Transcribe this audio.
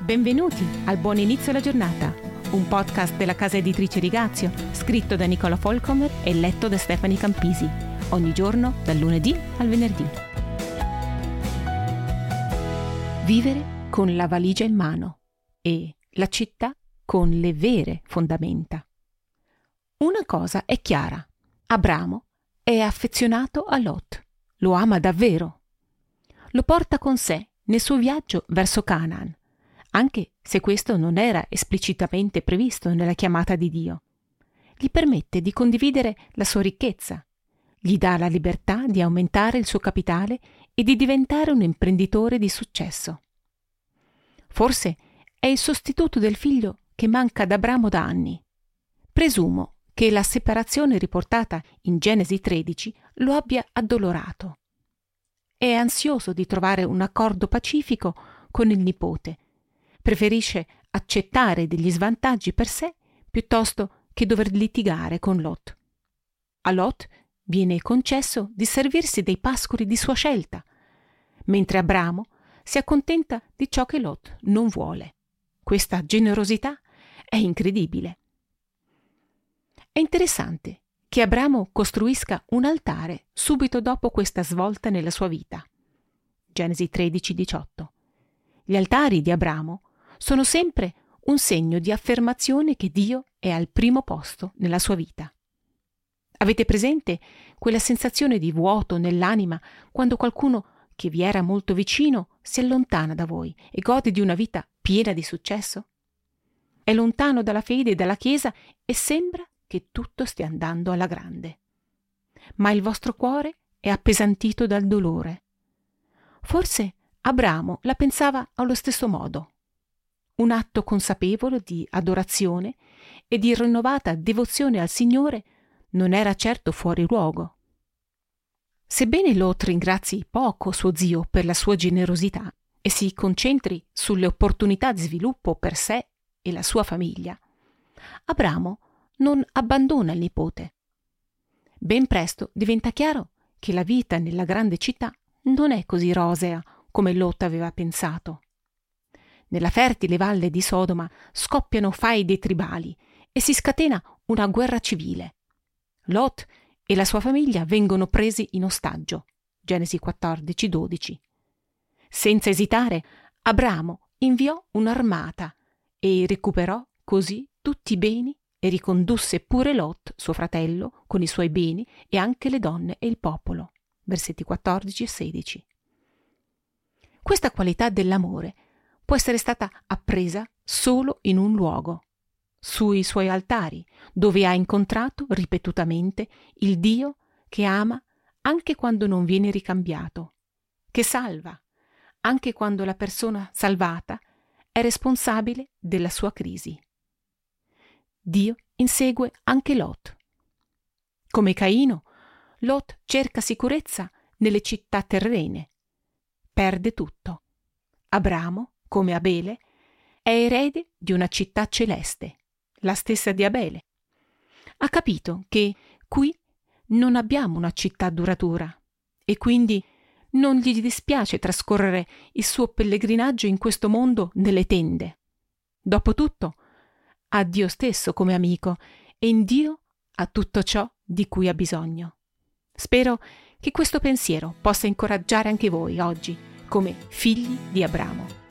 Benvenuti al Buon Inizio alla Giornata, un podcast della casa editrice Rigazio, scritto da Nicola Folcomer e letto da Stefani Campisi, ogni giorno dal lunedì al venerdì. Vivere con la valigia in mano e la città con le vere fondamenta. Una cosa è chiara: Abramo è affezionato a Lot, lo ama davvero. Lo porta con sé nel suo viaggio verso Canaan, anche se questo non era esplicitamente previsto nella chiamata di Dio. Gli permette di condividere la sua ricchezza, gli dà la libertà di aumentare il suo capitale e di diventare un imprenditore di successo. Forse è il sostituto del figlio che manca ad Abramo da anni. Presumo che la separazione riportata in Genesi 13 lo abbia addolorato. È ansioso di trovare un accordo pacifico con il nipote. Preferisce accettare degli svantaggi per sé piuttosto che dover litigare con Lot. A Lot viene concesso di servirsi dei pascoli di sua scelta, mentre Abramo si accontenta di ciò che Lot non vuole. Questa generosità è incredibile. È interessante che Abramo costruisca un altare subito dopo questa svolta nella sua vita. Genesi 13:18. Gli altari di Abramo sono sempre un segno di affermazione che Dio è al primo posto nella sua vita. Avete presente quella sensazione di vuoto nell'anima quando qualcuno che vi era molto vicino si allontana da voi e gode di una vita piena di successo? È lontano dalla fede e dalla Chiesa e sembra che tutto stia andando alla grande. Ma il vostro cuore è appesantito dal dolore. Forse Abramo la pensava allo stesso modo. Un atto consapevole di adorazione e di rinnovata devozione al Signore non era certo fuori luogo. Sebbene Lot ringrazi poco suo zio per la sua generosità e si concentri sulle opportunità di sviluppo per sé e la sua famiglia, Abramo non abbandona il nipote. Ben presto diventa chiaro che la vita nella grande città non è così rosea come Lot aveva pensato. Nella fertile valle di Sodoma scoppiano faide tribali e si scatena una guerra civile. Lot e la sua famiglia vengono presi in ostaggio. Genesi 14:12. Senza esitare, Abramo inviò un'armata e recuperò così tutti i beni e ricondusse pure Lot, suo fratello, con i suoi beni e anche le donne e il popolo. Versetti 14 e 16. Questa qualità dell'amore può essere stata appresa solo in un luogo, sui suoi altari, dove ha incontrato ripetutamente il Dio che ama anche quando non viene ricambiato, che salva anche quando la persona salvata è responsabile della sua crisi. Dio insegue anche Lot. Come Caino, Lot cerca sicurezza nelle città terrene. Perde tutto. Abramo, come Abele, è erede di una città celeste, la stessa di Abele. Ha capito che qui non abbiamo una città duratura e quindi non gli dispiace trascorrere il suo pellegrinaggio in questo mondo nelle tende. Dopotutto, ha Dio stesso come amico e in Dio ha tutto ciò di cui ha bisogno. Spero che questo pensiero possa incoraggiare anche voi oggi come figli di Abramo.